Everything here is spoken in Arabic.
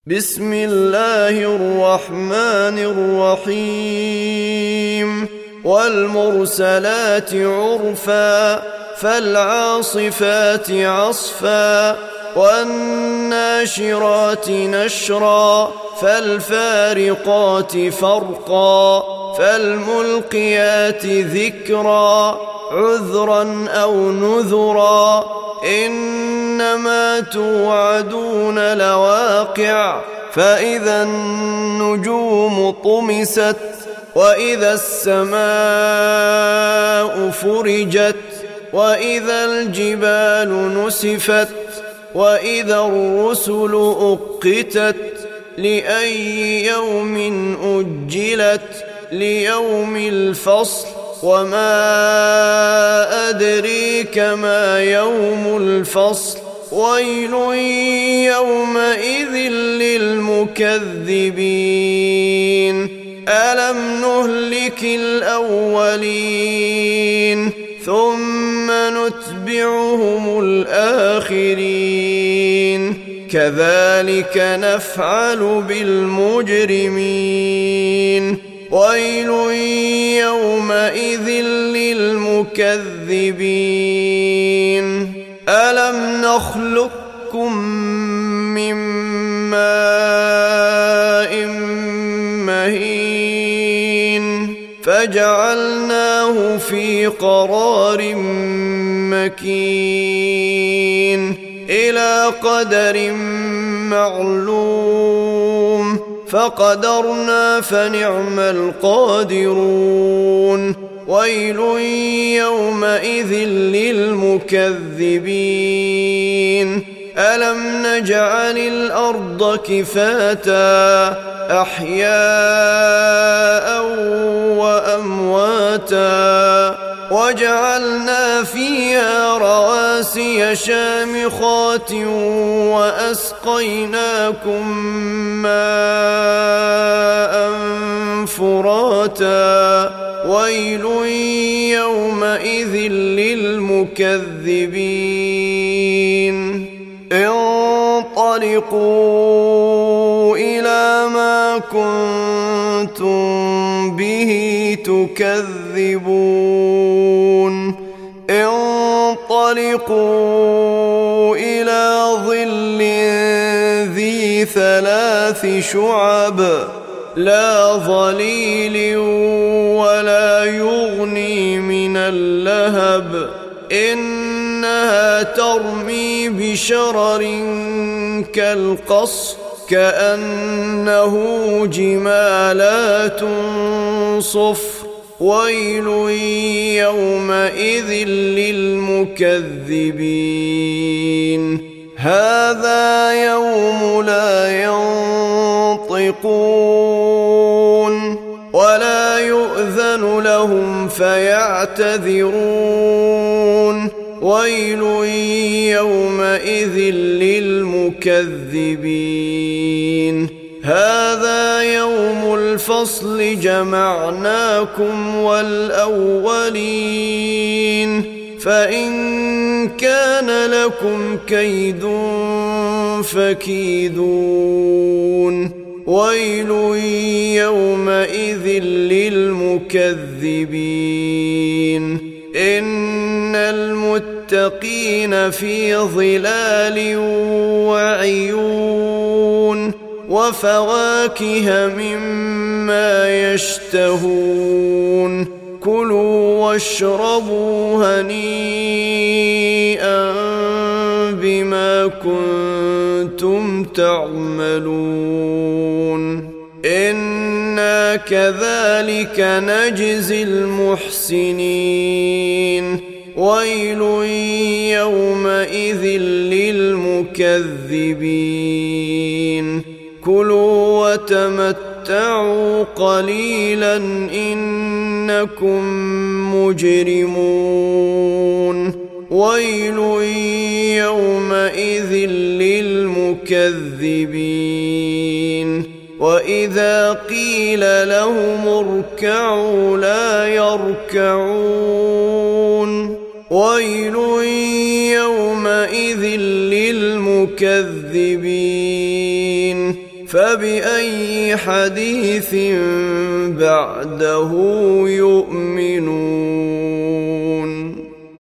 بسم الله الرحمن الرحيم والمرسلات عرفا فالعاصفات عصفا والناشرات نشرا فالفارقات فرقا فالملقيات ذكرا عذرا أو نذرا إنما توعدون لواقع فإذا النجوم طمست وإذا السماء فرجت وإذا الجبال نسفت وإذا الرسل أقتت لأي يوم أجلت ليوم الفصل وما أدريك ما يوم الفصل ويل يومئذ للمكذبين ألم نهلك الأولين ثم نتبعهم الآخرين كذلك نفعل بالمجرمين ويل يومئذ للمكذبين ألم نخلقكم من ماء مهين فجعلناه في قرار مكين إلى قدر معلوم فقدرنا فنعم القادرون ويل يومئذ للمكذبين ألم نجعل الأرض كفاتا أحياء وأمواتا وجعلنا فيها رواسي شامخات وأسقيناكم ماء فراتا ويل يومئذ للمكذبين انطلقوا إلى ما كنتم به تكذبون انطلقوا إلى ظل ذي ثلاث شعب لا ظليل ولا يغني من اللهب إنها ترمي بشرر كالقصر كأنه جمالات صفر ويل يومئذ للمكذبين هذا يوم لا ينطقون ولا يؤذن لهم فيعتذرون ويل يومئذ للمكذبين هذا يوم الفصل جمعناكم والأولين فإن كان لكم كيد فكيدون ويل يومئذ للمكذبين إن المتقين في ظلال وعيون وفواكه مما يشتهون كلوا واشربوا هنيئا بما كنتم تعملون إنا كذلك نجزي المحسنين ويل يومئذ للمكذبين كلوا وتمتعوا قليلا إنكم مجرمون ويل يومئذ للمكذبين وإذا قيل لهم اركعوا لا يركعون ويل يومئذ للمكذبين فبأي حديث بعده يؤمنون